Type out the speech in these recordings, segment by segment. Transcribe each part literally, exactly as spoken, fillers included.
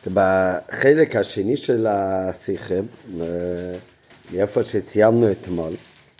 בחלק השני של השיחה, מאיפה שציימנו אתמול,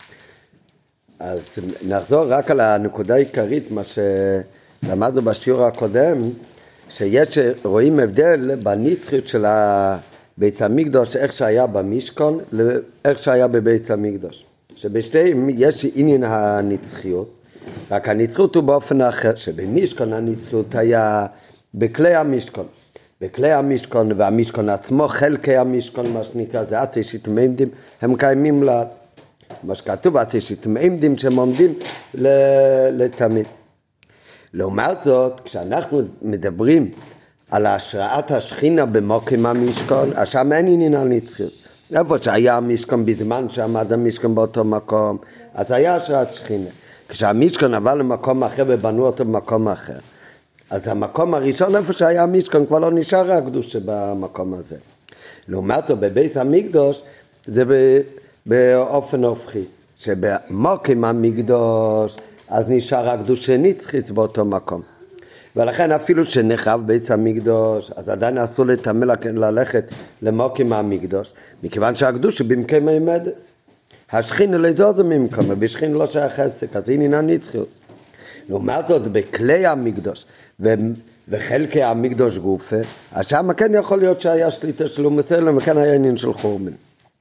אז נחזור רק על הנקודה העיקרית, מה שלמדנו בשיעור הקודם, שיש, רואים הבדל בנצחיות של בית המקדוש, איך שהיה במשכון, לאיך שהיה בבית המקדוש. שבשתיהם יש עניין הנצחיות, רק הנצחיות הוא באופן אחר, שבמשכון הנצחיות היה בכלי המשכון. בכלי המשכון והמשכון עצמו, חלקי המשכון, מה שנקרא, זה עצי שתמעמדים, הם קיימים לה, מה שכתוב, עצי שתמעמדים שהם עומדים לתמיד. לעומת זאת, כשאנחנו מדברים על השראת השכינה במוקם המשכון, אז שם אין עניין על נצחיות. איפה שהיה המשכון בזמן שעמד המשכון באותו מקום, אז היה השראת שכינה. כשהמשכון עבר למקום אחר ובנו אותו במקום אחר, אז המקום הראשון איפה שהיה המשכון כבר לא נשאר הקדושה במקום הזה. לעומת זאת, בבית המקדוש זה באופן הופכי, שבמוקם המקדוש אז נשאר הקדושה נצחית באותו מקום. ולכן אפילו שנחרב בית המקדוש, אז עדיין אסור לתמל ללכת למוקם המקדוש, מכיוון שהקדושה במקום העמדת. השכינה לא זו ממקום, בשכינה לא שייך הפסק, אז הנה הנצחיות. לעומת זאת, בכלי המקדוש ו... וחלקי המקדוש גופה, אז שם כן יכול להיות שהיה שליטה שלו מסלם, וכן היה עניין של חורבן.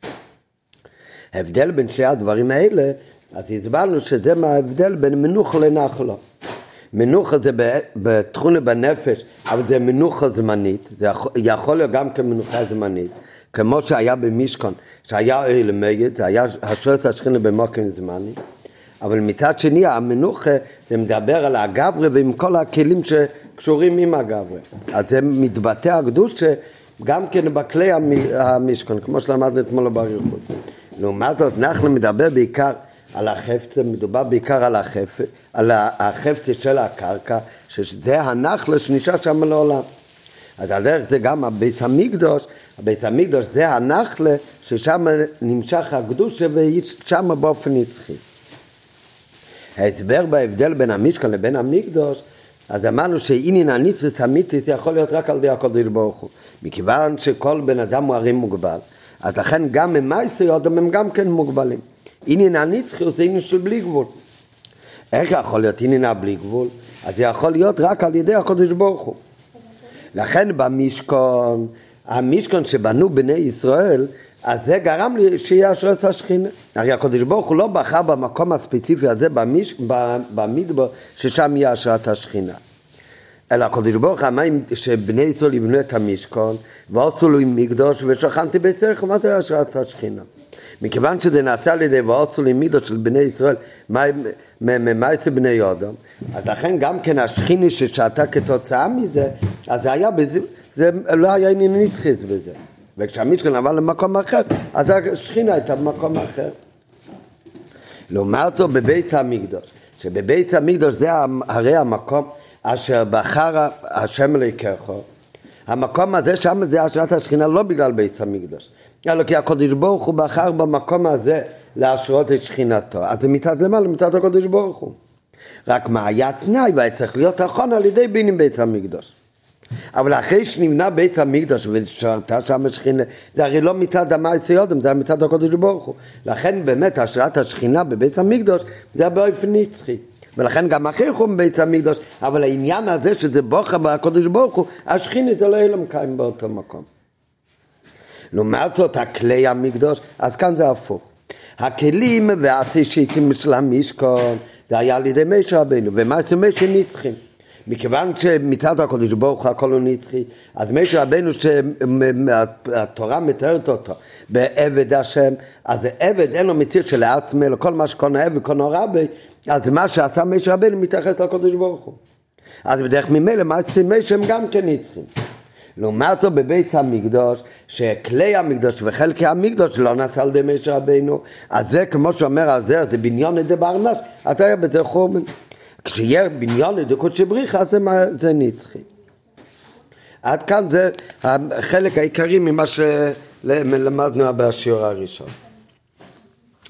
ההבדל בין שני הדברים האלה, אז הסברנו שזה מה ההבדל בין מנוחה לנחלה. מנוחה זה בתכונה בנפש, אבל זה מנוחה זמנית, זה יכול להיות גם כמנוחה זמנית, כמו שהיה במשכון, שהיה אוהל מועד, זה היה השרת השכינה במוקם זמני, אבל מצד שני המנוחה זה מדבר על הגברה ועם כל הכלים שקשורים עם הגברה. אז זה מתבטא הקדוש גם כן בכלי המשכון, כמו שלמדנו אתמול באריכות. לעומת זאת, אנחנו מדבר בעיקר על החפץ, מדובר בעיקר על החפץ, על החפץ של הקרקע, שזה הנחלה שנשאר שם לעולם. אז על דרך זה גם הבית המקדוש, הבית המקדוש זה הנחלה ששם נמשך הקדוש ושם באופן נצחי. ההסבר בהבדל בין המשכן לבין המקדוש, אז אמרנו שעניין הנצחית האמיתית יכול להיות רק על ידי הקדוש ברוך הוא. מכיוון שכל בן אדם הוא הרי מוגבל, אז לכן גם ממעשה אדם הם גם כן מוגבלים. עניין הנצחיות זה עניין של בלי גבול. איך יכול להיות עניין בלי גבול? אז זה יכול להיות רק על ידי הקדוש ברוך הוא. לכן במשכון, המשכון שבנו בני ישראל, אז זה גרם לי שיהיה השראת השכינה. הרי הקדוש ברוך הוא לא בחר במקום הספציפי הזה במש... במדבר ששם יהיה השראת השכינה. אלא הקדוש ברוך הוא אמר שבני ישראל יבנו את המשכון, ועשו לו עם מקדוש ושכנתי בצריך, מה זה השראת השכינה? מכיוון שזה נעשה על ידי ועשו לי מקדוש של בני ישראל, מה יצא בני אדם? אז לכן גם כן השכינה ששעתה כתוצאה מזה, אז זה היה בזה, זה לא היה עניין נצחית בזה. וכשהמשכן עבר למקום אחר, אז השכינה הייתה במקום אחר. לעומת זאת בבית המקדוש, שבבית המקדוש זה הרי המקום אשר בחר השם אלוהיך. המקום הזה שם זה השראת השכינה לא בגלל בית המקדוש, אלא כי הקדוש ברוך הוא בחר במקום הזה להשרות את שכינתו. אז זה מצד למעלה, מצד הקדוש ברוך הוא. רק מה היה תנאי, והיה צריך להיות נכון על ידי בינים בית המקדוש. אבל אחרי שנבנה בית המקדוש ושרתה שם השכינה, זה הרי לא מצד המעשה יודם, זה מצד הקדוש ברוך הוא. לכן באמת השראת השכינה בבית המקדוש זה באופן נצחי. ולכן גם אחרי חום בית המקדוש, אבל העניין הזה שזה בוכה בקדוש ברוך הוא, השכינה זה לא ילם קיים באותו מקום. לעומת זאת הכלי המקדוש, אז כאן זה הפוך. הכלים והעצי שיטים של המשכון, זה היה על ידי משה רבנו, ומעשה משה נצחים. מכיוון שמצד הקדוש ברוך הוא הכל הוא נצחי, אז משה רבנו שהתורה מתארת אותו בעבד השם, אז עבד אין לו מציר שלעצמי, אלא כל מה שקונה עבד קונה רבי, אז מה שעשה משה רבנו מתייחס לקדוש ברוך הוא. אז בדרך ממילא מעשה משה הם גם כן נצחים. לעומת זאת בבית המקדוש, שכלי המקדוש וחלקי המקדוש לא נעשה על ידי משה רבנו, אז זה כמו שאומר הזר, זה בניון ידי ברנש, אז היה בזה חורבן. כשיהיה בניון לדקות שבריחה, זה, זה נצחי. עד כאן זה החלק העיקרי ממה שלמדנו בשיעור הראשון.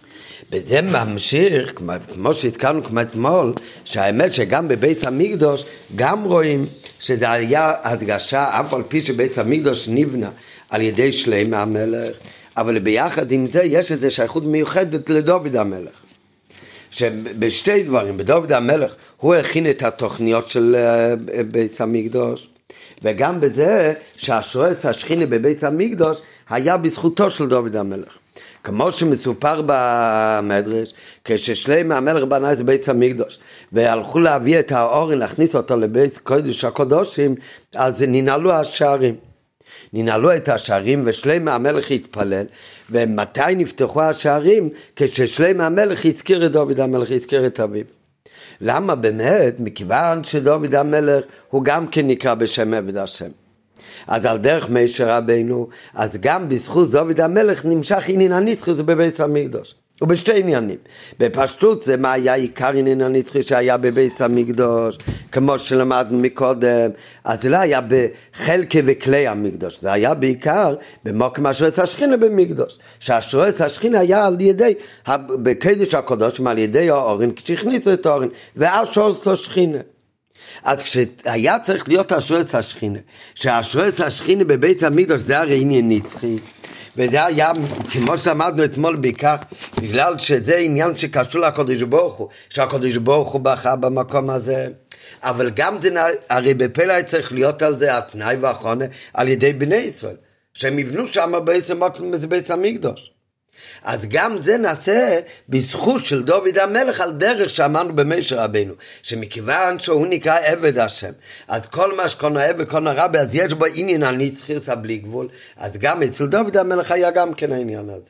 וזה ממשיך, כמו שהזכרנו כמו אתמול, שהאמת שגם בבית המקדוש גם רואים שזה היה הדגשה, אף על פי שבית המקדוש נבנה על ידי שלמה המלך, אבל ביחד עם זה יש איזו שייכות מיוחדת לדוד המלך. שבשתי דברים, בדוד המלך הוא הכין את התוכניות של בית המקדוש, וגם בזה שהשורש השכינה בבית המקדוש היה בזכותו של דוד המלך. כמו שמסופר במדרש, כששלמה המלך בנה את בית המקדוש, והלכו להביא את האורן, להכניס אותו לבית קודש הקודשים, אז ננעלו השערים. ננעלו את השערים ושלמה המלך התפלל, ומתי נפתחו השערים? כששלמה המלך הזכיר את דוד המלך, הזכיר את אביו. למה באמת? מכיוון שדוד המלך הוא גם כן נקרא בשם עבד השם. אז על דרך משה רבינו, אז גם בזכות דוד המלך נמשך עניין הנצחי בבית המקדוש. ובשתי עניינים. בפשטות זה מה היה עיקר עניין הנצחי שהיה בבית המקדוש, כמו שלמדנו מקודם, אז זה לא היה בחלקי וכלי המקדוש, זה היה בעיקר במוקם השורץ השכינה במקדוש, שהשורץ השכינה היה על ידי, בקדש הקודש, על ידי האורן, כשהכניסו את האורן, ואז שורץ השכינה. אז כשהיה צריך להיות השורץ השכינה, שהשורץ השכינה בבית המקדוש זה הרי עניין נצחי, וזה היה, כמו שלמדנו אתמול בעיקר, בגלל שזה עניין שקשור לקדוש ברוך הוא, שהקדוש ברוך הוא בחר במקום הזה, אבל גם זה, הרי בפלא צריך להיות על זה התנאי והחונה על ידי בני ישראל, שהם יבנו שם בעצם בית המקדוש. אז גם זה נעשה בזכות של דוד המלך על דרך שאמרנו במשה רבינו, שמכיוון שהוא נקרא עבד השם, אז כל מה שקונה עבד וקונה רבי, אז יש בו עניין הנצחי בלי גבול, אז גם אצל דוד המלך היה גם כן העניין הזה.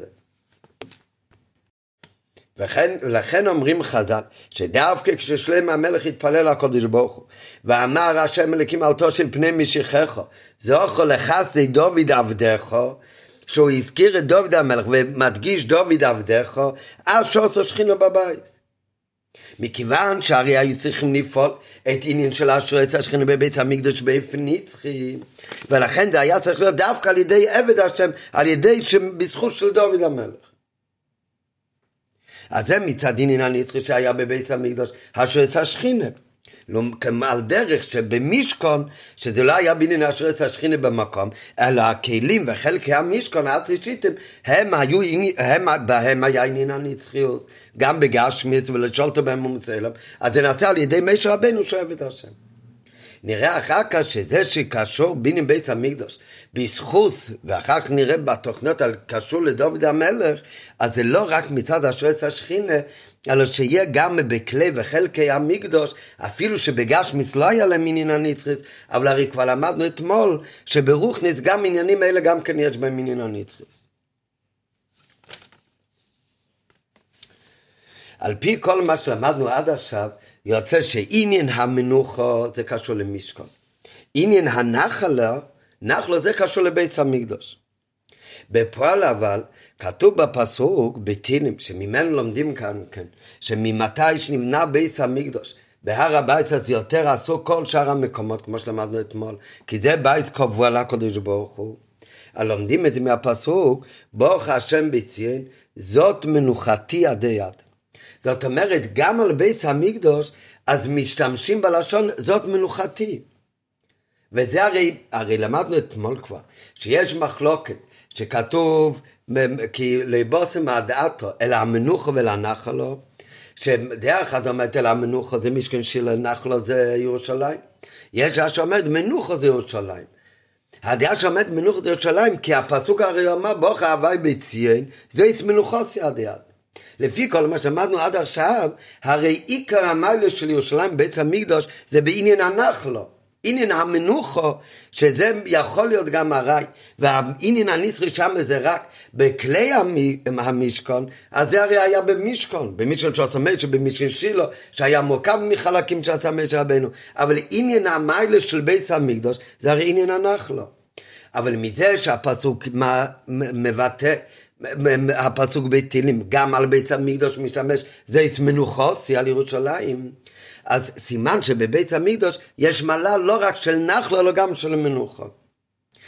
וכן, לכן אומרים חז"ל, שדווקא כששלמה המלך התפלל לקדוש ברוך הוא, ואמר השם אלוקים אל תושיל פני משיחך, זכור לחסדי דוד עבדך, שהוא הזכיר את דוד המלך ומדגיש דוד עבדך, אז שורץ השכינה בבית. מכיוון שהרי היו צריכים לפעול את עניין של השורץ השכינה בבית המקדוש באופן נצחי, ולכן זה היה צריך להיות דווקא על ידי עבד השם, על ידי בזכות של דוד המלך. אז זה מצד עניין הנצחי שהיה בבית המקדוש, השורץ השכינה. לא, על דרך שבמשכון, שזה לא היה בעניין השורץ השכינה במקום, אלא הכלים וחלקי המשכון העצישיתם, הם היו, הם, בהם היה עניין הנצחיות, גם בגשמיץ ולשולטו בהם ומסלם, אז זה נעשה על ידי משה רבינו שאוהב השם. נראה אחר כך שזה שקשור בעניין בית המקדוש, בזכות, ואחר כך נראה בתוכניות על קשור לדוד המלך, אז זה לא רק מצד השורץ השכינה, אלא שיהיה גם בכלי וחלקי המקדוש, אפילו שבגשמיץ לא היה להם עניין הנצחית, אבל הרי כבר למדנו אתמול, שברוכניס גם עניינים האלה גם כן יש בהם עניין הנצחית. על פי כל מה שלמדנו עד עכשיו, יוצא שעניין המנוחה זה קשור למשכון. עניין הנחלה, נחלה זה קשור לבית המקדוש. בפועל אבל, כתוב בפסוק בתהילים, שממנו לומדים כאן, כן, שממתי שנבנה בית המקדוש, בהר הבית הזה יותר עשו כל שאר המקומות, כמו שלמדנו אתמול, כי זה בית קבוע לקדוש ברוך הוא. לומדים את זה מהפסוק, ברוך השם בציון, זאת מנוחתי עדי יד. זאת אומרת, גם על בית המקדוש, אז משתמשים בלשון, זאת מנוחתי. וזה הרי, הרי למדנו אתמול כבר, שיש מחלוקת, שכתוב, כי ליבוסם הדעתו, אל המנוחה ולנחלו, שדעה אחת אומרת אל המנוחה זה משכן של הנחלו זה ירושלים. יש שאומרת מנוחה זה ירושלים. הדעה שאומרת מנוחה זה ירושלים, כי הפסוק הרי אומר, ברוך אהבי בציון, זה יש מנוחוסי עד יד. לפי כל מה שמדנו עד עכשיו, הרי עיקר המעלה של ירושלים בית המקדוש זה בעניין הנחלו. עניין המנוחה, שזה יכול להיות גם הרי, והעניין הנצחי שם זה רק בכלי המשכון, אז זה הרי היה במשכון, במשכון שעשה משה, במשכון שילה, שהיה מורכב מחלקים שעשה משה רבינו, אבל עניין המעלה של בית המקדוש, זה הרי עניין הנחלו. אבל מזה שהפסוק מבטא, הפסוק בתהילים, גם על בית המקדוש משתמש, זה את מנוחוסי על ירושלים, אז סימן שבבית המקדוש יש מעלה לא רק של נחלה, אלא גם של מנוחה.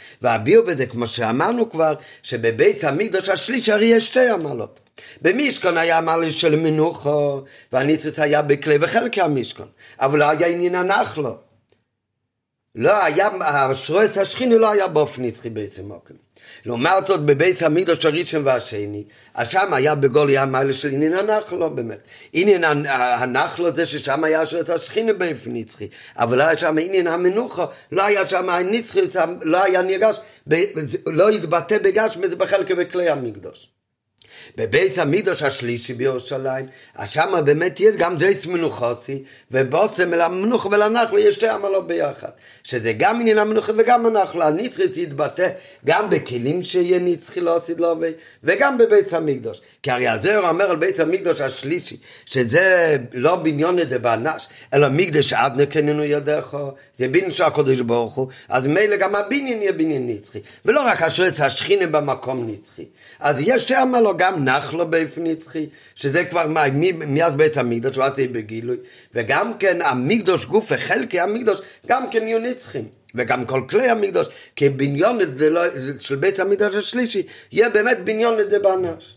והביאו בזה, כמו שאמרנו כבר, שבבית המקדוש השלישי הרי יש שתי עמלות. במשכון היה עמל של מנוחו, והניצוץ היה בכלי וחלקי המשכון, אבל לא היה עניין הנחלו. לא היה, השרוס השכיני לא היה באופן נצחי בעצם מוקם. לעומת זאת בבית המקדוש הראשון והשני, שם היה בגול ים מעלה של עניין הנחלו באמת. עניין הנחלו זה ששם היה השרוס השכיני באופן נצחי, אבל לא היה שם עניין המנוחו, לא היה שם הנצחי, לא היה נרגש, לא התבטא בגש מזה בחלקי וכלי המקדוש. בבית המקדוש השלישי בירושלים, שם באמת יש גם דייס מנוחוסי, ובעצם אל המנוחה ולנחלו יש שתי עמלות ביחד, שזה גם עניין המנוחה וגם הנחלו. הנצחי יתבטא גם בכלים שיהיה נצחי לא עשית לו, וגם בבית המקדוש. כי הרי הזוהר אומר על בית המקדוש השלישי, שזה לא בניון דבנש, אלא מקדש עדנה קנינו ידך, זה בניין של הקדוש ברוך הוא, אז מילא גם הבניין יהיה בניין נצחי, ולא רק השורץ השכינה במקום נצחי. אז יש שתי עמלות, גם נחלו באופן נצחי, שזה כבר מאז בית המקדוש, ואז זה בגילוי, וגם כן המקדוש גוף וחלקי המקדוש, גם כן יהיו נצחים, וגם כל כלי המקדוש, כי בניון של בית המקדוש השלישי, יהיה באמת בניון לדבנש.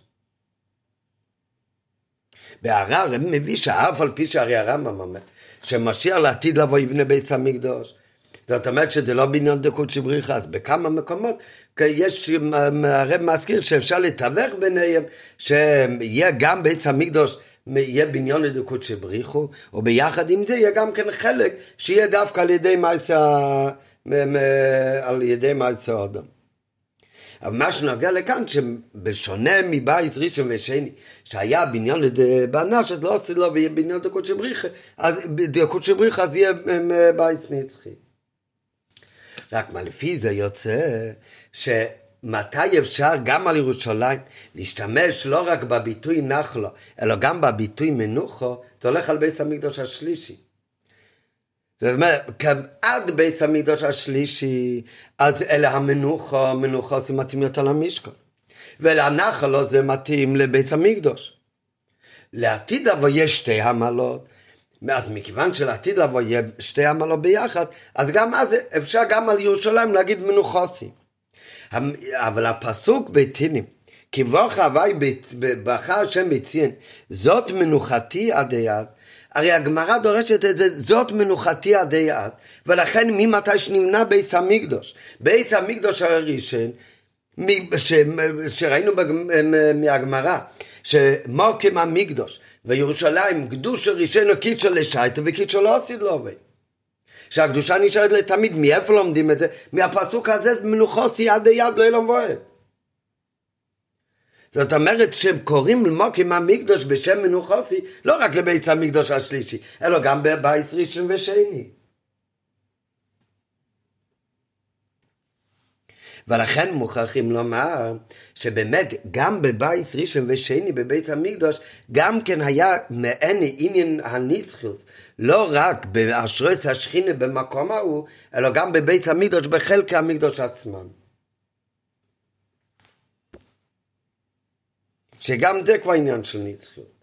בהר"ם מביא שאף על פי שהרי הרמב"ם אומר, שמשיח לעתיד לבוא יבנה בית המקדוש, זאת אומרת שזה לא בניין דקות שבריחה, אז בכמה מקומות יש הרב מזכיר שאפשר לתווך ביניהם, שיהיה גם בית המקדוש, יהיה בניין לדקות שבריחו, וביחד עם זה יהיה גם כן חלק, שיהיה דווקא על ידי מעשה, על ידי מעשה אדם. אבל מה שנוגע לכאן, שבשונה מבית ראשון ושני, שהיה בניין לבנש, אז לא עושה לו ויהיה בניין דקות שבריחה, אז דקות שבריחה אז יהיה בית נצחי. רק מה לפי זה יוצא שמתי אפשר גם על ירושלים להשתמש לא רק בביטוי נחלו, אלא גם בביטוי מנוחו, זה הולך על בית המקדוש השלישי. זאת אומרת, עד בית המקדוש השלישי, אז אלה המנוחו, מנוחו זה מתאים יותר למשכון. ולנחלו זה מתאים לבית המקדוש. לעתיד אבל יש שתי עמלות, אז מכיוון שלעתיד לבוא יהיה שתי עמלות ביחד, אז גם אז אפשר גם על ירושלים להגיד מנוחוסי. אבל הפסוק בתהילים, כי בוך הווי בכה השם בציין, זאת מנוחתי עדי עד, הרי הגמרא דורשת את זה, זאת מנוחתי עדי עד, ולכן ממתי שנבנה בית המקדוש, בית המקדוש הראשון, שראינו מהגמרא, שמוקם המקדוש, וירושלים קדושה ראשונה קידשה לשייטה וקידשה לא עשית לו עובד. שהקדושה נשארת לתמיד, מאיפה לומדים את זה? מהפסוק הזה מנוחוסי עד יד לא ילום ועד. זאת אומרת שקוראים למוקים המקדוש בשם מנוחוסי לא רק לבית המקדוש השלישי, אלא גם בבית ראשון ושני. ולכן מוכרחים לומר שבאמת גם בבית ראשון ושני בבית המקדוש גם כן היה מעין עניין הנצחיות, לא רק בהשרוס השכינה במקום ההוא, אלא גם בבית המקדוש בחלקי המקדוש עצמם, שגם זה כבר עניין של נצחיות.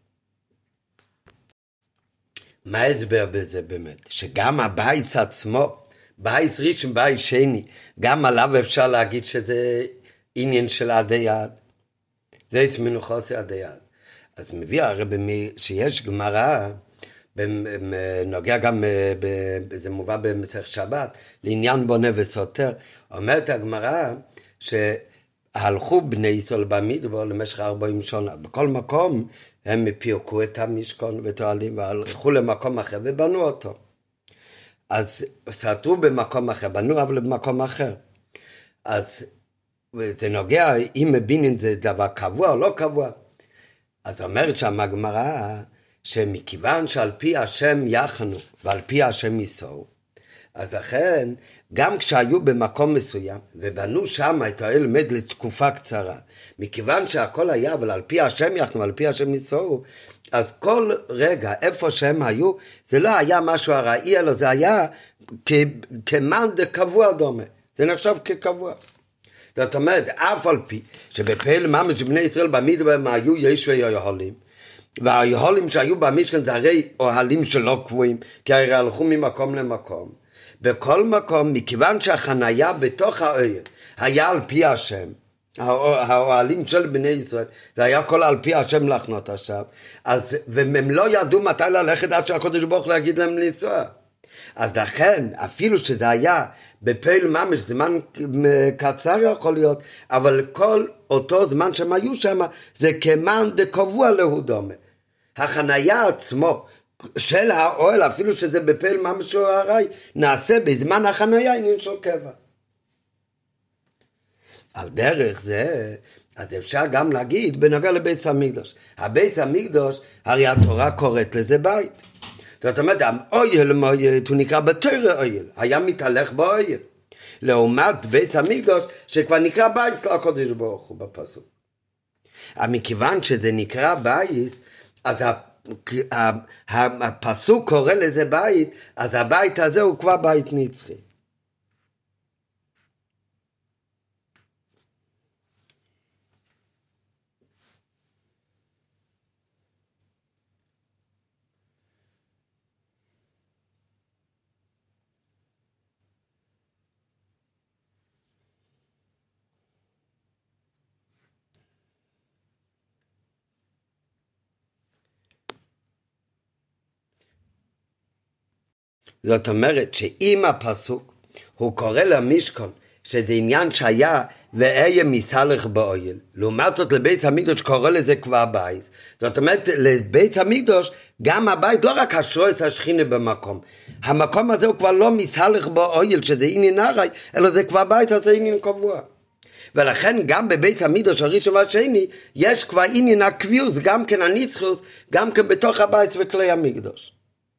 מה ההסבר בזה באמת? שגם הבית עצמו, בית ראשון, בית שני, גם עליו אפשר להגיד שזה עניין של עדי יד. זה מנוחוסי עדי יד. אז מביא הרבי שיש גמרא, נוגע גם, זה מובא במסכת שבת, לעניין בונה וסותר, אומרת הגמרא שהלכו בני ישראל במדבר למשך ארבעים שנה, בכל מקום הם פירקו את המשכון ואת האוהלים, והלכו למקום אחר ובנו אותו. אז סתרו במקום אחר, בנו אבל במקום אחר. אז זה נוגע, אם מבינים זה דבר קבוע או לא קבוע. אז אומרת שם הגמרא, שמכיוון שעל פי השם יחנו, ועל פי השם ייסעו, אז לכן, גם כשהיו במקום מסוים, ובנו שם את האל עומד לתקופה קצרה, מכיוון שהכל היה, אבל על פי השם יחנו, ועל פי השם ייסעו, אז כל רגע, איפה שהם היו, זה לא היה משהו הראי, אלא זה היה כמן דקבוע דומה. זה נחשב כקבוע. זאת אומרת, אף על פי שבפעיל ממש בני ישראל במדבר הם היו ישבי אוהלים, והאוהלים שהיו במשכן זה הרי אוהלים שלא קבועים, כי הרי הלכו ממקום למקום. בכל מקום, מכיוון שהחנייה בתוך האוהל היה על פי השם, האוהלים של בני ישראל, זה היה כל על פי השם לחנות עכשיו, אז, והם לא ידעו מתי ללכת עד שהקדוש ברוך הוא להגיד להם לנסוע. אז לכן, אפילו שזה היה בפעיל ממש, זמן קצר יכול להיות, אבל כל אותו זמן שהם היו שם, זה כמן דקבוע להודומה. החנייה עצמו של האוהל, אפילו שזה בפעיל ממש או הרי, נעשה בזמן החנייה עניין של קבע. על דרך זה, אז אפשר גם להגיד בנוגע לבית המקדוש. הבית המקדוש, הרי התורה קוראת לזה בית. זאת אומרת, האוהל מועד, הוא נקרא בתורה אוהל, היה מתהלך באוהל. לעומת בית המקדוש, שכבר נקרא בית לקדוש ברוך הוא בפסוק. מכיוון שזה נקרא בית, אז הפסוק קורא לזה בית, אז הבית הזה הוא כבר בית נצחי. זאת אומרת שאם הפסוק הוא קורא למשכון שזה עניין שהיה ואהיה מסלח באוהל, לעומת זאת לבית המקדוש קורא לזה כבר בית. זאת אומרת לבית המקדוש גם הבית לא רק השרוץ השכינה במקום, המקום הזה הוא כבר לא מסלח באוהל שזה עניין הרי, אלא זה כבר בית, אז זה עניין קבוע. ולכן גם בבית המקדוש הראשון והשני יש כבר עניין הקביעות, גם כן הנצחיות, גם כן בתוך הבית וכלי המקדוש.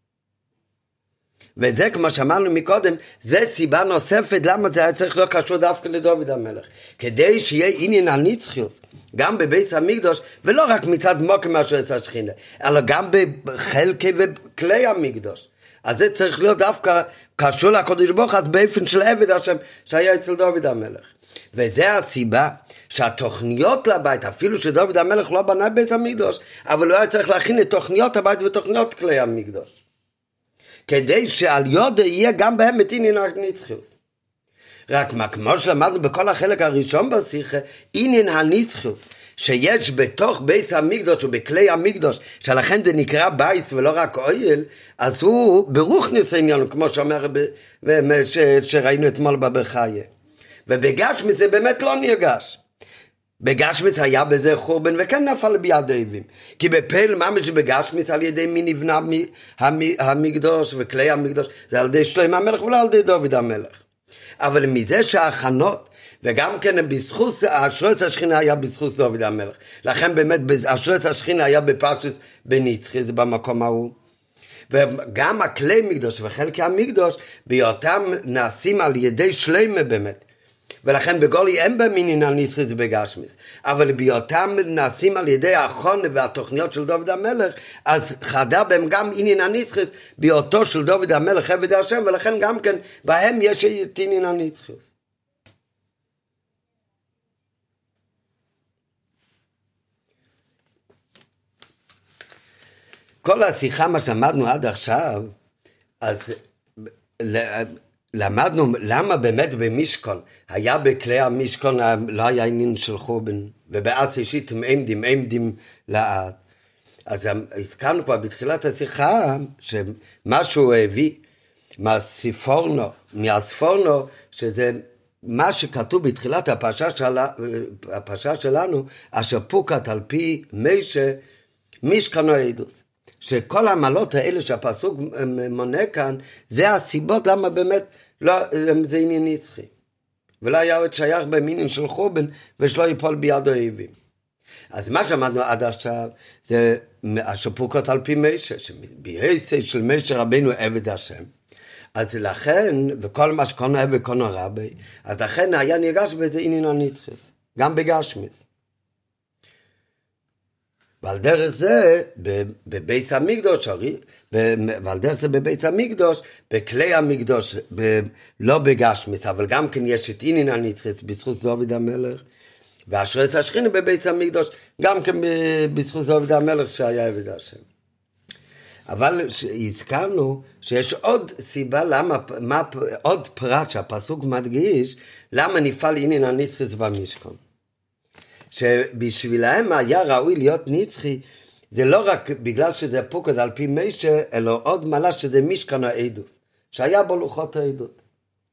וזה כמו שאמרנו מקודם, זה סיבה נוספת למה זה היה צריך להיות קשור דווקא לדוד המלך, כדי שיהיה עניין הנצחיות גם בבית המקדוש, ולא רק מצד מוקם השרוץ השכינה, אלא גם בחלקי וכלי המקדוש. אז זה צריך להיות דווקא קשור לקדוש ברוך הוא באופן של עבד השם שהיה אצל דוד המלך. וזה הסיבה שהתוכניות לבית, אפילו שדוד המלך לא בנה בית המקדוש, אבל הוא היה צריך להכין את תוכניות הבית ותוכניות כלי המקדוש, כדי שעל יודע יהיה גם בהם את עניין הנצחיות. רק מה, כמו שלמדנו בכל החלק הראשון בשיחה, עניין הנצחיות שיש בתוך בית המקדוש ובכלי המקדוש, שלכן זה נקרא בית ולא רק אוהל, אז הוא ברוחניס העניין, כמו שאומר שראינו אתמול בברכיה. ובגשמית זה באמת לא נרגש. בגשמית היה בזה חורבן וכן נפל ביד אויבים, כי בפעיל ממש בגשמית על ידי מי נבנה המקדוש וכלי המקדוש, זה על ידי שלמה המלך ולא על ידי דוד המלך. אבל מזה שההכנות וגם כן בזכות השרוץ השכינה היה בזכות דוד המלך, לכן באמת השרוץ השכינה היה בפרשת בנצחי, זה במקום ההוא. וגם הכלי מקדוש וחלקי המקדוש בהיותם נעשים על ידי שלמה באמת, ולכן בגולי אין במינין הנצחית בגשמיס, אבל בהיותם נעשים על ידי החון והתוכניות של דוד המלך, אז חדה בהם גם עניין הנצחית בהיותו של דוד המלך עבד השם, ולכן גם כן בהם יש את עניין הנצחית. כל השיחה מה שלמדנו עד עכשיו, אז למדנו למה באמת במשכון, היה בכלי המשכון לא היה עניין של חורבן, ובעץ אישית הם עמדים, עמדים לעד. אז הזכרנו כבר בתחילת השיחה, שמשהו הביא מהספורנו, מהספורנו, שזה מה שכתוב בתחילת הפרשה, של, הפרשה שלנו, אשר פוקת על פי משה משכנו העדות. שכל המעלות האלה שהפסוק מונה כאן, זה הסיבות למה באמת לא, זה עניין נצחי. ולא היה עוד שייך במינין של חורבן, ושלא ייפול ביד האויבים. אז מה שמענו עד עכשיו, זה השפוקות על פי משה, שבייסי של משה רבינו עבד השם. אז לכן, וכל מה שקונו עבד קונו רבי, אז לכן היה נרגש בזה עניין הנצחי, גם בגשמיס. ועל דרך זה בבית המקדוש, ועל דרך זה בבית המקדוש, בכלי המקדוש, לא בגשמיס, אבל גם כן יש את עניין הנצחית בזכות דוד המלך, והשרוץ השכינה בבית המקדוש, גם כן בזכות דוד המלך שהיה עבד השם. אבל הזכרנו שיש עוד סיבה למה, מה, עוד פרט שהפסוק מדגיש, למה נפעל עניין הנצחי במשכן. שבשבילהם היה ראוי להיות נצחי, זה לא רק בגלל שזה פוקד על פי משה, אלא עוד מעלה שזה משכן העדות, שהיה בו לוחות העדות.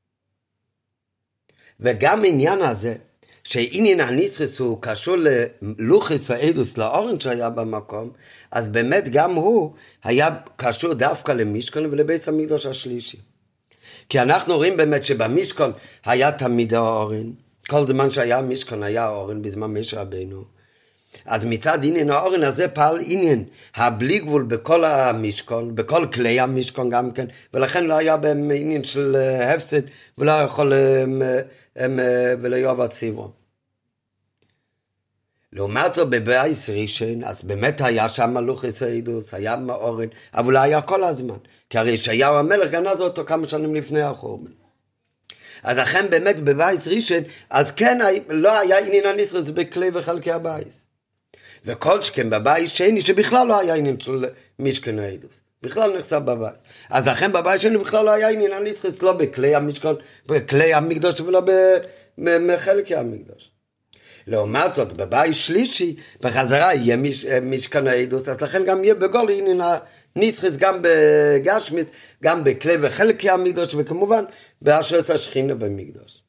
וגם העניין הזה, שעניין הנצחי הוא קשור ללוחץ העדות, לאורן שהיה במקום, אז באמת גם הוא היה קשור דווקא למשכן ולבית המקדש השלישי. כי אנחנו רואים באמת שבמשכן היה תמיד האורן, כל זמן שהיה משכן היה האורן בזמן משה רבנו. אז מצד עניין האורן הזה פעל עניין הבלי גבול בכל המשכן, בכל כלי המשכן גם כן, ולכן לא היה בהם עניין של הפסד ולא יכול ולא יאהב הציבור. לעומת זאת בבייס ראשון, אז באמת היה שם לוחץ העדות, היה מאורן, אבל לא היה כל הזמן, כי הרי ישעיהו המלך גנז אותו כמה שנים לפני החורבן. אז לכן באמת בבייס ראשון, אז כן לא היה עניין הנצחי בכלי וחלקי הבייס. וכל שכן בבייס שני שבכלל לא היה עניין של משכן העדות, בכלל נחשב בבייס. אז לכן בבייס שני בכלל לא היה עניין הנצחי, לא בכלי המשכן, בכלי המקדש ולא בחלקי המקדש. לעומת זאת, בבית שלישי, בחזרה יהיה מש, משכן העדות, אז לכן גם יהיה בגול עניין הנצחי, גם בגשמית, גם בכלי וחלקי המקדש, וכמובן בהשרת השכינה במקדש.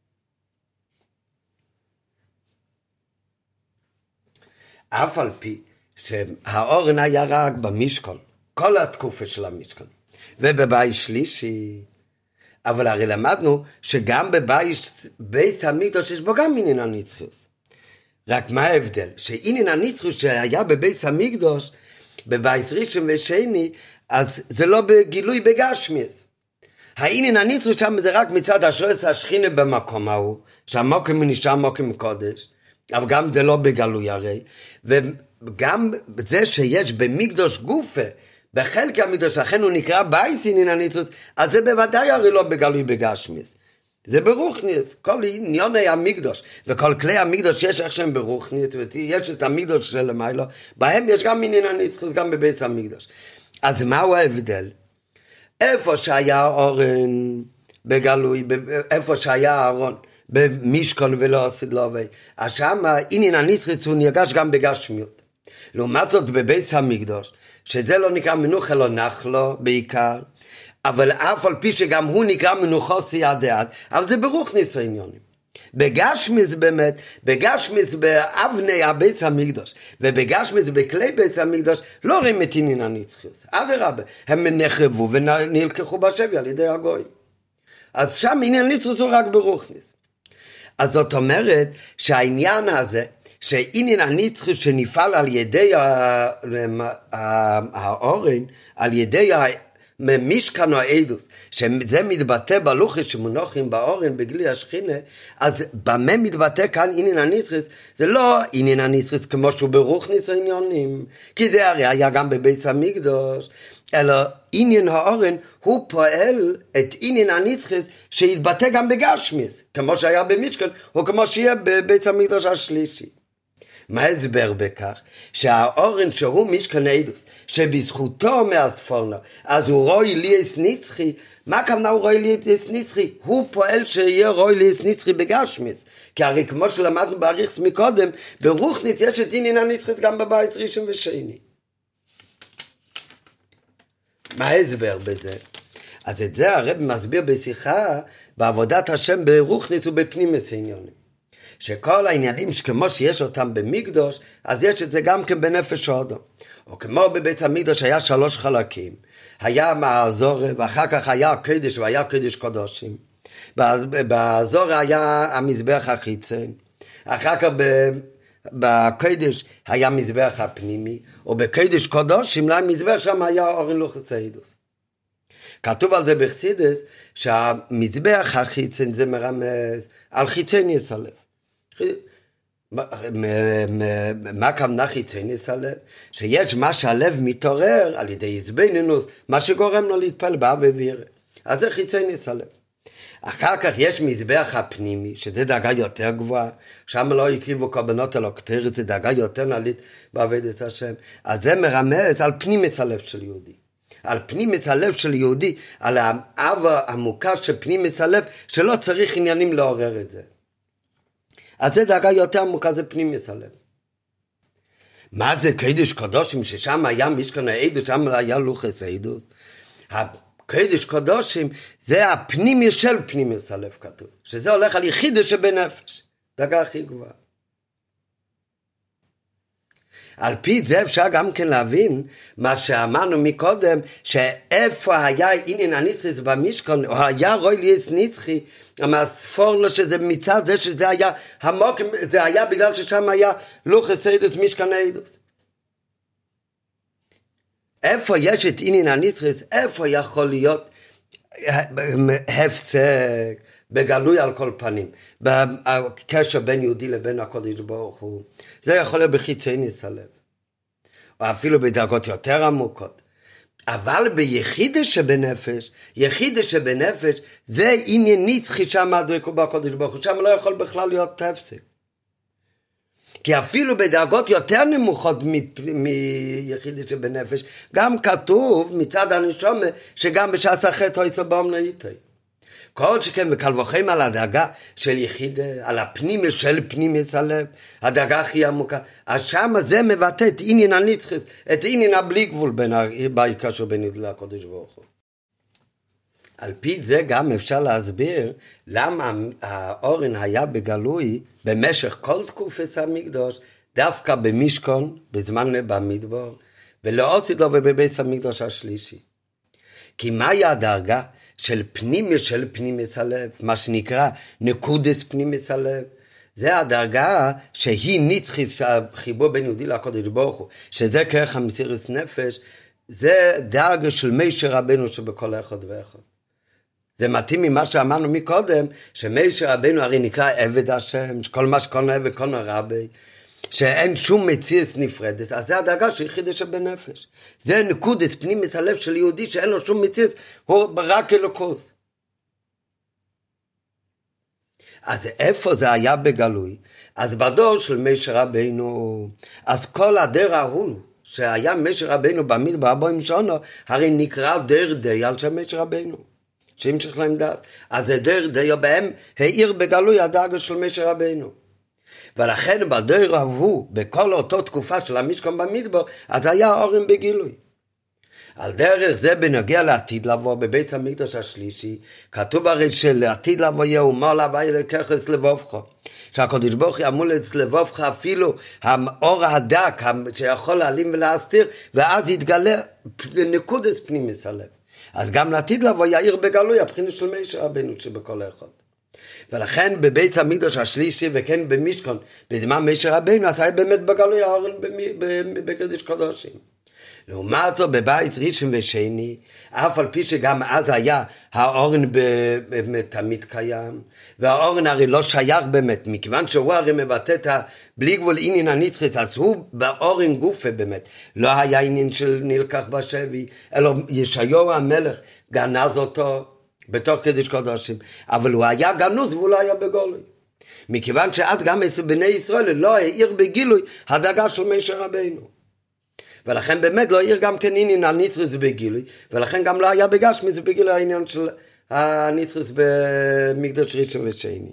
אף על פי שהאורן היה רק במשכן, כל התקופה של המשכן, ובבית שלישי, אבל הרי למדנו שגם בבית בית המקדש יש בו גם עניין הנצחיות. רק מה ההבדל? שעניין הנצחיות שהיה בבית המקדש, בבית ראשון ושני, אז זה לא בגילוי בגשמיס. העניין הנצחיות שם זה רק מצד השרת השכינה במקום ההוא, שהמוקם נשאר מוקם קודש, אבל גם זה לא בגלוי הרי, וגם זה שיש במקדש גופה, בחלק המקדש, לכן הוא נקרא בייס עניין הנצחיות, אז זה בוודאי הרי לא בגלוי בגשמיס. זה ברוחניס, כל ענייני המקדש, וכל כלי המקדש יש איך שהם ברוחניס, ויש את המקדש של למעלה, בהם יש גם עניין הנצחיות, גם בבית המקדש. אז מהו ההבדל? איפה שהיה אורן בגלוי, איפה שהיה אהרון, במשכן ולא עשית לו וי, אז שם עניין הנצחיות הוא נרגש גם בגשמיות. לעומת זאת בבית המקדש, שזה לא נקרא מנוחה לא נחלו בעיקר, אבל אף על פי שגם הוא נקרא מנוחו סיידעת, אבל זה ברוחניס העניונים. בגשמיס באמת, בגשמיס באבני הבית המקדש, ובגשמיס בכלי בית המקדש, לא רואים את עניין הנצחיות. אדרבה, הם נחרבו ונלקחו בשבי על ידי הגויים. אז שם עניין הנצחיות הוא רק ברוחניס. אז זאת אומרת שהעניין הזה, שעניין הנצחי שנפעל על ידי האורן, על ידי משכן העדות, שזה מתבטא בלוחש שמונחים באורן בגלי השכינה, אז במה מתבטא כאן עניין הנצחי? זה לא עניין הנצחי כמו שהוא ברוחניס העניונים, כי זה הרי היה גם בבית המקדש, אלא עניין האורן הוא פועל את עניין הנצחי שהתבטא גם בגשמיס, כמו שהיה במשכן, או כמו שיהיה בבית המקדש השלישי. מה הסבר בכך? שהאורן שהוא משכן העדות, שבזכותו מהספורנו, אז הוא רואי ליאס נצחי. מה הכוונה הוא רואי ליאס נצחי? הוא פועל שיהיה רואי ליאס נצחי בגשמיס. כי הרי כמו שלמדנו באריכס מקודם, ברוחניס יש את עניין הנצחי גם בבית ראשון ושני. מה ההסבר בזה? אז את זה הרב מסביר בשיחה בעבודת השם ברוחניס ובפנימיות העניינים. שכל העניינים שכמו שיש אותם במקדש, אז יש את זה גם כן בנפש האדם. או כמו בבית המקדש היה שלוש חלקים. היה מהזורה, ואחר כך היה קודש והיה קודש קודשים. בזורה היה המזבח החיצון. אחר כך בקודש היה מזבח הפנימי, או בקודש קודשים, למזבח שם היה אורן לוחץ העדות. כתוב על זה בחסידות, שהמזבח החיצון זה מרמז על חיצוניוס הלב. מה כוונה חיצוניוס הלב? שיש מה שהלב מתעורר על ידי התבוננות, מה שגורם לו להתפעל באהבה ויראה. אז זה חיצוניוס הלב. אחר כך יש מזבח הפנימי, שזה דאגה יותר גבוהה, שם לא הקריבו קורבנות אלא קטורת, זה דאגה יותר נעלית בעבודת השם. אז זה מרמז על פנימית הלב של יהודי. על פנימית הלב של יהודי, על האהבה עמוקה של פנימית הלב, שלא צריך עניינים לעורר את זה. אז זה דאגה יותר עמוקה, זה פנימית הלב. מה זה קודש קודשים, ששם היה משכן העדות, שם היה לוחס העדות? הקודש קודשים זה הפנימי של פנימיות הלב כתוב, שזה הולך על יחידה שבנפש, דאגה הכי גבוהה. על פי זה אפשר גם כן להבין מה שאמרנו מקודם, שאיפה היה עניין הנצחי במשכן, או היה רוי ליאס נצחי, המספור לו שזה מצד זה שזה היה המוק, זה היה בגלל ששם היה לוחס עדות משכן העדות. איפה יש את עניין הנצחי, איפה יכול להיות הפסק בגלוי על כל פנים, בקשר בין יהודי לבין הקודש ברוך הוא, זה יכול להיות בחיצוניות הלב, או אפילו בדרגות יותר עמוקות, אבל ביחידה שבנפש, יחידה שבנפש, זה עניין נצחי שהמדריקו בקודש ברוך הוא, שם לא יכול בכלל להיות הפסק. כי אפילו בדרגות יותר נמוכות מיחידה שבנפש, גם כתוב מצד הנשמה, שגם בשעת החטא הויצא באומנה איתי. כל שכן וקל וחיים על הדרגה של יחידה, על הפנימי של פנימי הלב, הדרגה הכי עמוקה, אז שם זה מבטא את עניין הנצחי, את עניין הבלי גבול בין בעיקר של בין יהודי לקודש ברוך הוא. על פי זה גם אפשר להסביר למה האורן היה בגלוי במשך כל תקופת המקדוש, דווקא במשכן, בזמן במדבר, ולא עשית לו בבית המקדוש השלישי. כי מהי הדרגה של פנימי של פנימי הלב, מה שנקרא נקודס פנימי הלב? זה הדרגה שהיא נצחית החיבור בין יהודי לקודש ברוך הוא, שזה כרך המסירות נפש, זה דרגה של משה רבנו שבכל אחד ואחד. זה מתאים ממה שאמרנו מקודם, שמשה רבנו הרי נקרא עבד השם, כל מה שקונה עבד קונה רבי, שאין שום מציאות נפרדת, אז זה הדרגה של יחידה שבנפש. זה נקודת פנימית הלב של יהודי שאין לו שום מציאות, הוא רק אלוקות. אז איפה זה היה בגלוי? אז בדור של משה רבנו, אז כל הדר ההוא, שהיה משה רבנו במדבר ארבעים שנה, הרי נקרא דר די על שם משה רבנו. שהמשך להם דעת. אז זה דר די בהם העיר בגלוי הדרגה של משה רבנו. ולכן בדר ההוא, בכל אותו תקופה של המשכן במדבר, אז היה אורן בגילוי. על דרך זה בנוגע לעתיד לבוא בבית המקדש השלישי, כתוב הרי שלעתיד לבוא יהיו מה להווי לקח את לבובך. שהקדוש ברוך הוא ימול את לבובך אפילו האור הדק שיכול להעלים ולהסתיר, ואז יתגלה נקודת פנימית הלב. אז גם לעתיד לבוא יאיר בגלוי הבחינה של משה רבנו שבכל אחד. ולכן בבית המקדש השלישי וכן במשכן בזמן משה רבנו, אז היה באמת בגלוי האורן בקודש קודשים. לעומת זאת בבית ראשון ושני, אף על פי שגם אז היה האורן באמת תמיד קיים, והאורן הרי לא שייך באמת, מכיוון שהוא הרי מבטא את בלי גבול עניין הנצחית, אז הוא באורן גופה באמת, לא היה עניין של נלקח בשבי, אלא ישעיהו המלך גנז אותו בתוך קודש קודשים, אבל הוא היה גנוז והוא לא היה בגולוי. מכיוון שאז גם אצל בני ישראל לא העיר בגילוי הדרגה של משה רבנו. ולכן באמת לא העיר גם כן עניין הנצחית בגילוי, ולכן גם לא היה בגשמי זה בגילוי העניין של הנצחית במקדש ראשון ושני.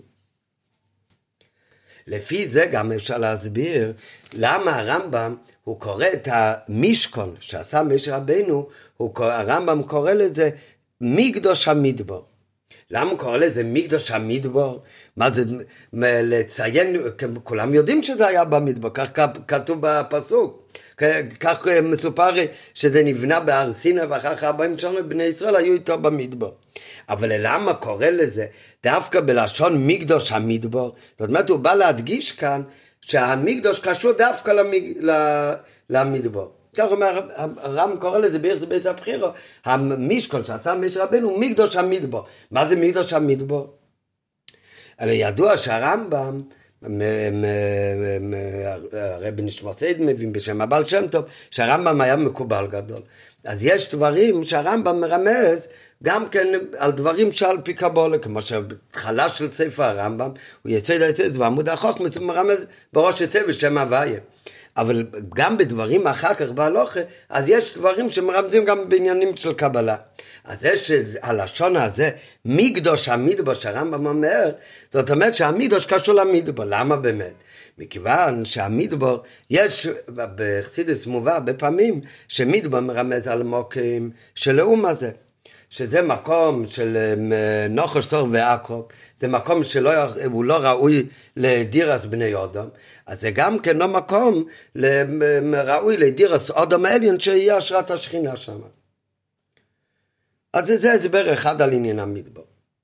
לפי זה גם אפשר להסביר למה הרמב"ם הוא קורא את המשכן שעשה משה רבנו, הוא, הרמב"ם קורא לזה מקדש המדבר. למה הוא קורא לזה מקדש המדבר? מה זה לציין, כולם יודעים שזה היה במדבר, כך כתוב בפסוק, כך מסופר שזה נבנה בהר סיני, ואחר כך ארבעים שנה בני ישראל היו איתו במדבר. אבל למה קורא לזה דווקא בלשון מקדש המדבר? זאת אומרת, הוא בא להדגיש כאן שהמקדש קשור דווקא למדבר. כך אומר, הרמב"ם קורא לזה בערך בית הבחירה, המשכן שעשה משה רבנו הוא מקדש המדבר. מה זה מקדש המדבר? אלא ידוע שהרמב"ם הרב נשמות סייד מבין בשם הבעל שם טוב, שהרמב"ם היה מקובל גדול. אז יש דברים שהרמב"ם מרמז גם כן על דברים שעל פי קבולה, כמו שבהתחלה של ספר הרמב"ם, הוא יצא ליצא ועמוד החוכמה מרמז בראש יצא בשם הוויה. אבל גם בדברים אחר כך בהלוכה, אז יש דברים שמרמזים גם בעניינים של קבלה. אז יש הלשון הזה, מקדוש המדבר שהרמב"ם אומר, זאת אומרת שהמקדוש קשור למדבר. למה באמת? מכיוון שהמדבר, יש בחסידות מובא בפעמים, שמדבר מרמז על מוקים של האום הזה. שזה מקום של נוחש תור ועקרב, זה מקום שהוא לא ראוי לדירס בני אדם, אז זה גם כן לא מקום ראוי לדירס אדם העליון שיהיה השראת השכינה שם. אז זה הסבר אחד על עניין המדבר.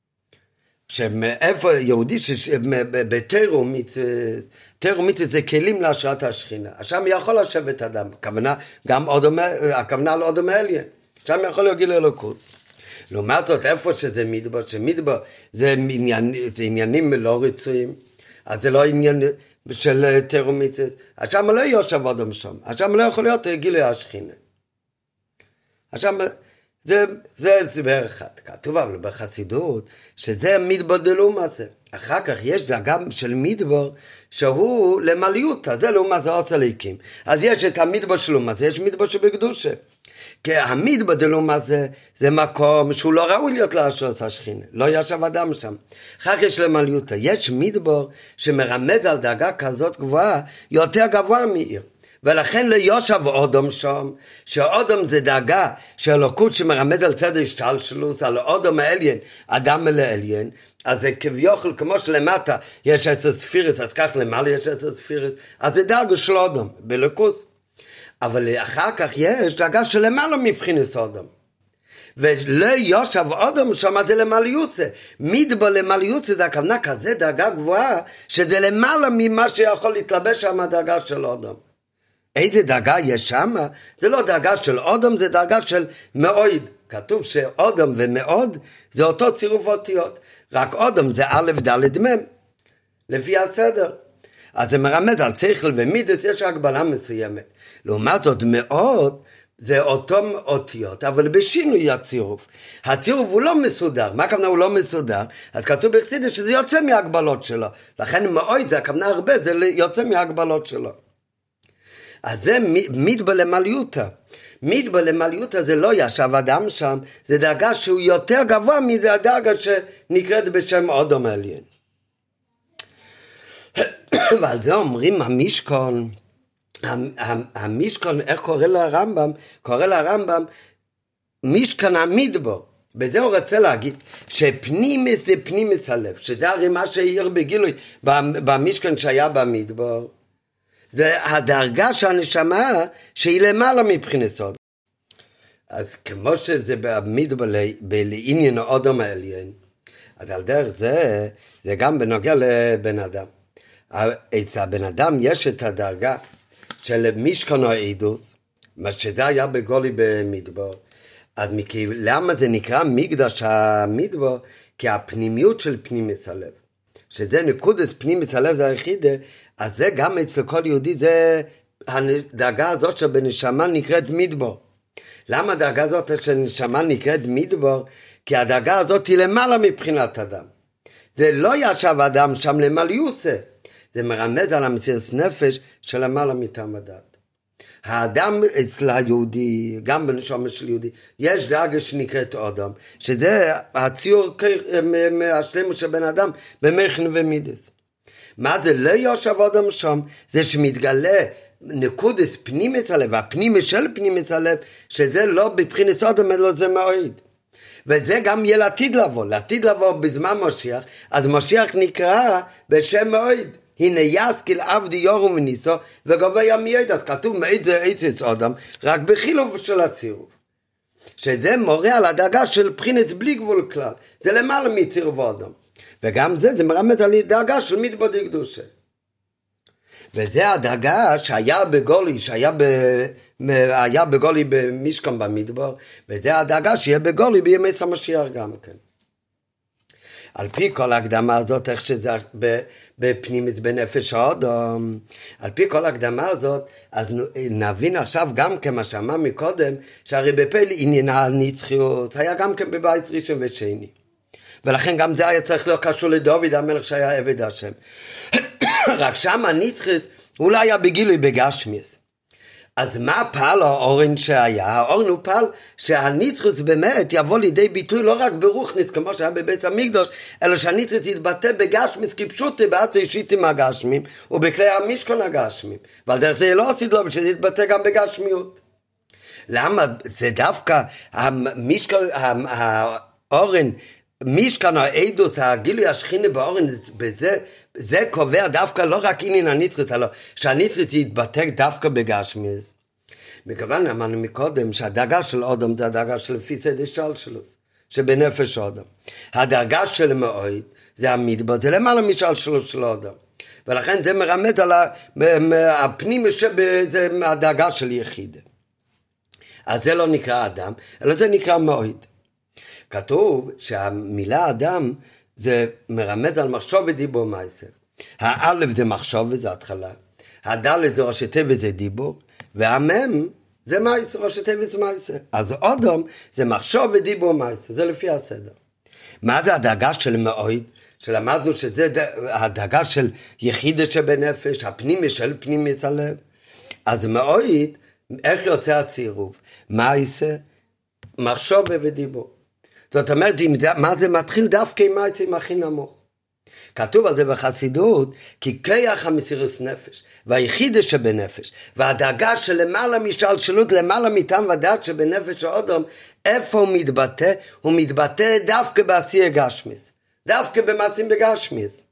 שאיפה יהודי שבתירו מצווה, תירו מצווה זה כלים להשראת השכינה, שם יכול לשבת אדם, הכוונה, גם אדם, הכוונה על אדם העליון, שם יכול להגיע לאלוקות. לעומת זאת, איפה שזה מדבר, שמדבר זה, עניין, זה עניינים לא רצויים, אז זה לא עניין של תירומיצס, אז שם לא יושב אדם שם, אז שם לא יכול להיות גילוי השכינה. אז שם זה, זה הסבר אחד, כתוב אבל בחסידות, שזה מדבר דלום הזה. אחר כך יש גם של מדבר שהוא למליותה, זה לעומה זה עושה ליקים. אז יש את המדבר שלום הזה, יש מדבר שבקדושה. כי המדבר דלום הזה, זה מקום שהוא לא ראוי להיות להשרות השכינה, לא ישב אדם שם. אחר כך יש למליותה, יש מדבר שמרמז על דאגה כזאת גבוהה, יותר גבוה מעיר. ולכן ליושב אודם שם, שאודם זה דאגה של אלוקות שמרמז על צד השתלשלות, על אודם העליין, אדם אל העליין, אז זה כביכול כמו שלמטה יש את הספירס, אז כך למעלה יש את הספירס, אז זה דאגה של אודם, בלוקוס. אבל אחר כך יש דאגה שלמעלה מבחינת אודם. ולא יושב אודם שם, זה למעליוצה. מדבר למעליוצה זה הכוונה כזה דאגה גבוהה, שזה למעלה ממה שיכול להתלבש שם הדאגה של אודם. איזה דאגה יש שם? זה לא דאגה של אודם, זה דאגה של מאויד. כתוב שאודם ומאוד זה אותו צירוף אותיות. רק אודם זה א' ד' מ' לפי הסדר. אז זה מרמז על שכל ומידות, יש הגבלה מסוימת. לעומת זאת מאוד זה אותו אותיות, אבל בשינוי הצירוף. הצירוף הוא לא מסודר. מה הכוונה הוא לא מסודר? אז כתוב בחסידות שזה יוצא מהגבלות שלו. לכן מאוד זה הכוונה הרבה, זה יוצא מהגבלות שלו. אז זה מדבר למליותה. מדבר למליותה זה לא ישב אדם שם, זה דאגה שהוא יותר גבוה מזה הדאגה שנקראת בשם אודם העליין. ועל זה אומרים המשכון, המשכון, איך קורא לו הרמב"ם? קורא לו הרמב"ם משכן המדבר. בזה הוא רוצה להגיד שפנימס זה פנימס הלב, שזה הרי מה שהעיר בגילוי במשכן שהיה במדבר. זה הדרגה שהנשמה שהיא למעלה מבחינת אודם. אז כמו שזה במדבר לעניין האודם העליין, אז על דרך זה, זה גם בנוגע לבן אדם. אצל הבן אדם יש את הדרגה של משכן העדות, מה שזה היה בגולי במדבר. אז מכי, למה זה נקרא מקדש המדבר? כי הפנימיות של פנימית הלב, שזה נקודת פנימית הלב זה היחידה, אז זה גם אצל כל יהודי, זה הדרגה הזאת שבנשמה נקראת מדבר. למה הדרגה הזאת שבנשמה נקראת מדבר? כי הדרגה הזאת היא למעלה מבחינת אדם. זה לא ישב אדם שם למעליוסה, זה מרמז על המציאות נפש של למעלה מטעם הדת. האדם אצל היהודי, גם בנשמה של יהודי, יש דרגה שנקראת אדם, שזה הציור השלמות של בן אדם במכן ומידס. מה זה לא יושב אדם שם? זה שמתגלה נקודת פנימית הלב, הפנימית של פנימית הלב, שזה לא בבחינת אדם, אלא זה מועיד. וזה גם יהיה לעתיד לבוא, לעתיד לבוא בזמן משיח, אז משיח נקרא בשם מועיד. הנה יסקיל עבדי יורום וניסו וגובה ימייד, אז כתוב מעיד זה עיצץ אדם, רק בחילוב של הצירוף. שזה מורה על הדאגה של בחינת בלי גבול כלל, זה למעלה מצירוף אדם. וגם זה, זה מרמז על דאגה של מדבר דקדושה. וזה הדאגה שהיה בגולי, שהיה ב... היה בגולי במשכן במדבר, וזה הדאגה שיהיה בגולי בימי המשיח גם כן. על פי כל ההקדמה הזאת, איך שזה בפנימית בנפש האדם, על פי כל ההקדמה הזאת, אז נבין עכשיו גם כמה שאמר מקודם, שהרי בפעיל עניינה הנצחיות, היה גם כן בבית ראשון ושני. ולכן גם זה היה צריך להיות קשור לדוד המלך שהיה עבד השם. רק שם הנצחיות, אולי היה בגילוי בגשמיס. אז מה פעל האורן שהיה? האורן הוא פעל שהנצחוס באמת יבוא לידי ביטוי לא רק ברוחניס כמו שהיה בבית המקדוש, אלא שהנצחוס יתבטא בגשמיס כפשוטי בעצה אישית עם הגשמים ובכלי המשכון הגשמים, ועל דרך זה לא עשית לו שזה יתבטא גם בגשמיות. למה? זה דווקא המשכון, האורן, משכן העדוס, הגילוי השכינה באורן, בזה, זה קובע דווקא לא רק עניין הנצחית, אלא שהנצחית יתבטא דווקא בגשמיס. מכיוון אמרנו מקודם שהדרגה של אדם זה הדרגה של לפי צד השתלשלות, שבנפש אדם. הדרגה של מאויד זה המדבר, זה למעלה משתלשלות של אדם. ולכן זה מרמז על הפנים שזה הדרגה של יחיד. אז זה לא נקרא אדם, אלא זה נקרא מאויד. כתוב שהמילה אדם זה מרמז על מחשוב ודיבור מעשה. האלף זה מחשוב וזה התחלה, הדלת זה ראשי תיבות זה דיבור, והמם זה מעשה, ראשי תיבות זה מעשה. אז אדם זה מחשוב ודיבור מעשה, זה לפי הסדר. מה זה הדרגה של מאויד? שלמדנו שזה הדרגה של יחידה שבנפש, הפנימי של פנימי הלב. אז מאויד, איך יוצא הצירוף? מעשה, מחשוב ודיבור. זאת אומרת, מה זה מתחיל דווקא עם מעשים הכי נמוך. כתוב על זה בחסידות, כי כיח המסירות נפש, והיחידה שבנפש, והדאגה שלמעלה משתלשלות, למעלה מטעם ודעת שבנפש האדם, איפה הוא מתבטא? הוא מתבטא דווקא בעשייה גשמיס, דווקא במעשים בגשמיס.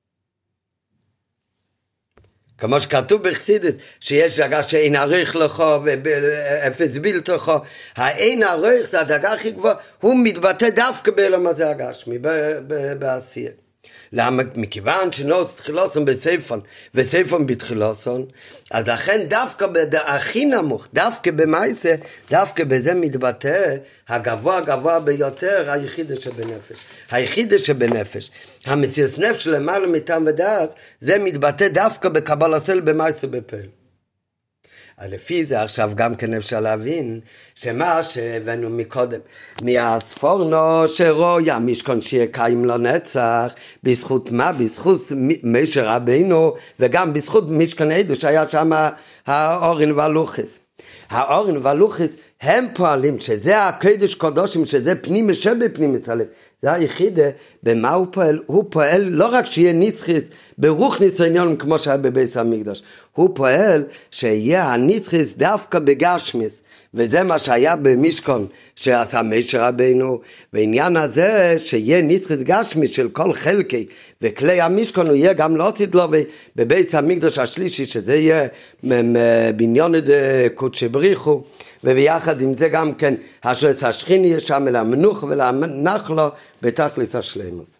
כמו שכתוב בחסידות, שיש דאגה שאין עריך לך ואפס בלתך, האין עריך זה הדאגה הכי גבוהה, הוא מתבטא דווקא בעולם הזה הגשמי, בעשייה. למה? מכיוון שנוץ תחילוסון בסייפון, וסייפון בתחילוסון, אז לכן דווקא הכי נמוך, דווקא במעשה, דווקא בזה מתבטא הגבוה הגבוה ביותר, היחידה שבנפש. היחידה שבנפש, המסירות נפש למעלה מטעם ודעת, זה מתבטא דווקא בקבלה של במעשה בפעל. לפי זה עכשיו גם כן אפשר להבין שמה שהבאנו מקודם מהספורנו שרויה משכון שיהיה קיים לנצח בזכות מה? בזכות משה רבינו וגם בזכות משכן עדו שהיה שם האורן והלוחס. האורן והלוחס הם פועלים שזה הקדוש קדושים שזה פנימי שבפנימי הלב. זה היחידה במה הוא פועל? הוא פועל לא רק שיהיה נצחית ברוך ניסיון כמו שהיה בבית המקדש, הוא פועל שיהיה הנצחית דווקא בגשמיס, וזה מה שהיה במשכון שעשה משה רבינו, בעניין הזה שיהיה נצחית גשמיס של כל חלקי וכלי המשכון הוא יהיה גם לא תדלו בבית המקדש השלישי שזה יהיה בניון קודשי בריחו, וביחד עם זה גם כן השועץ השכיני יש שם למנוח ולנחלו בתכלס השלמות.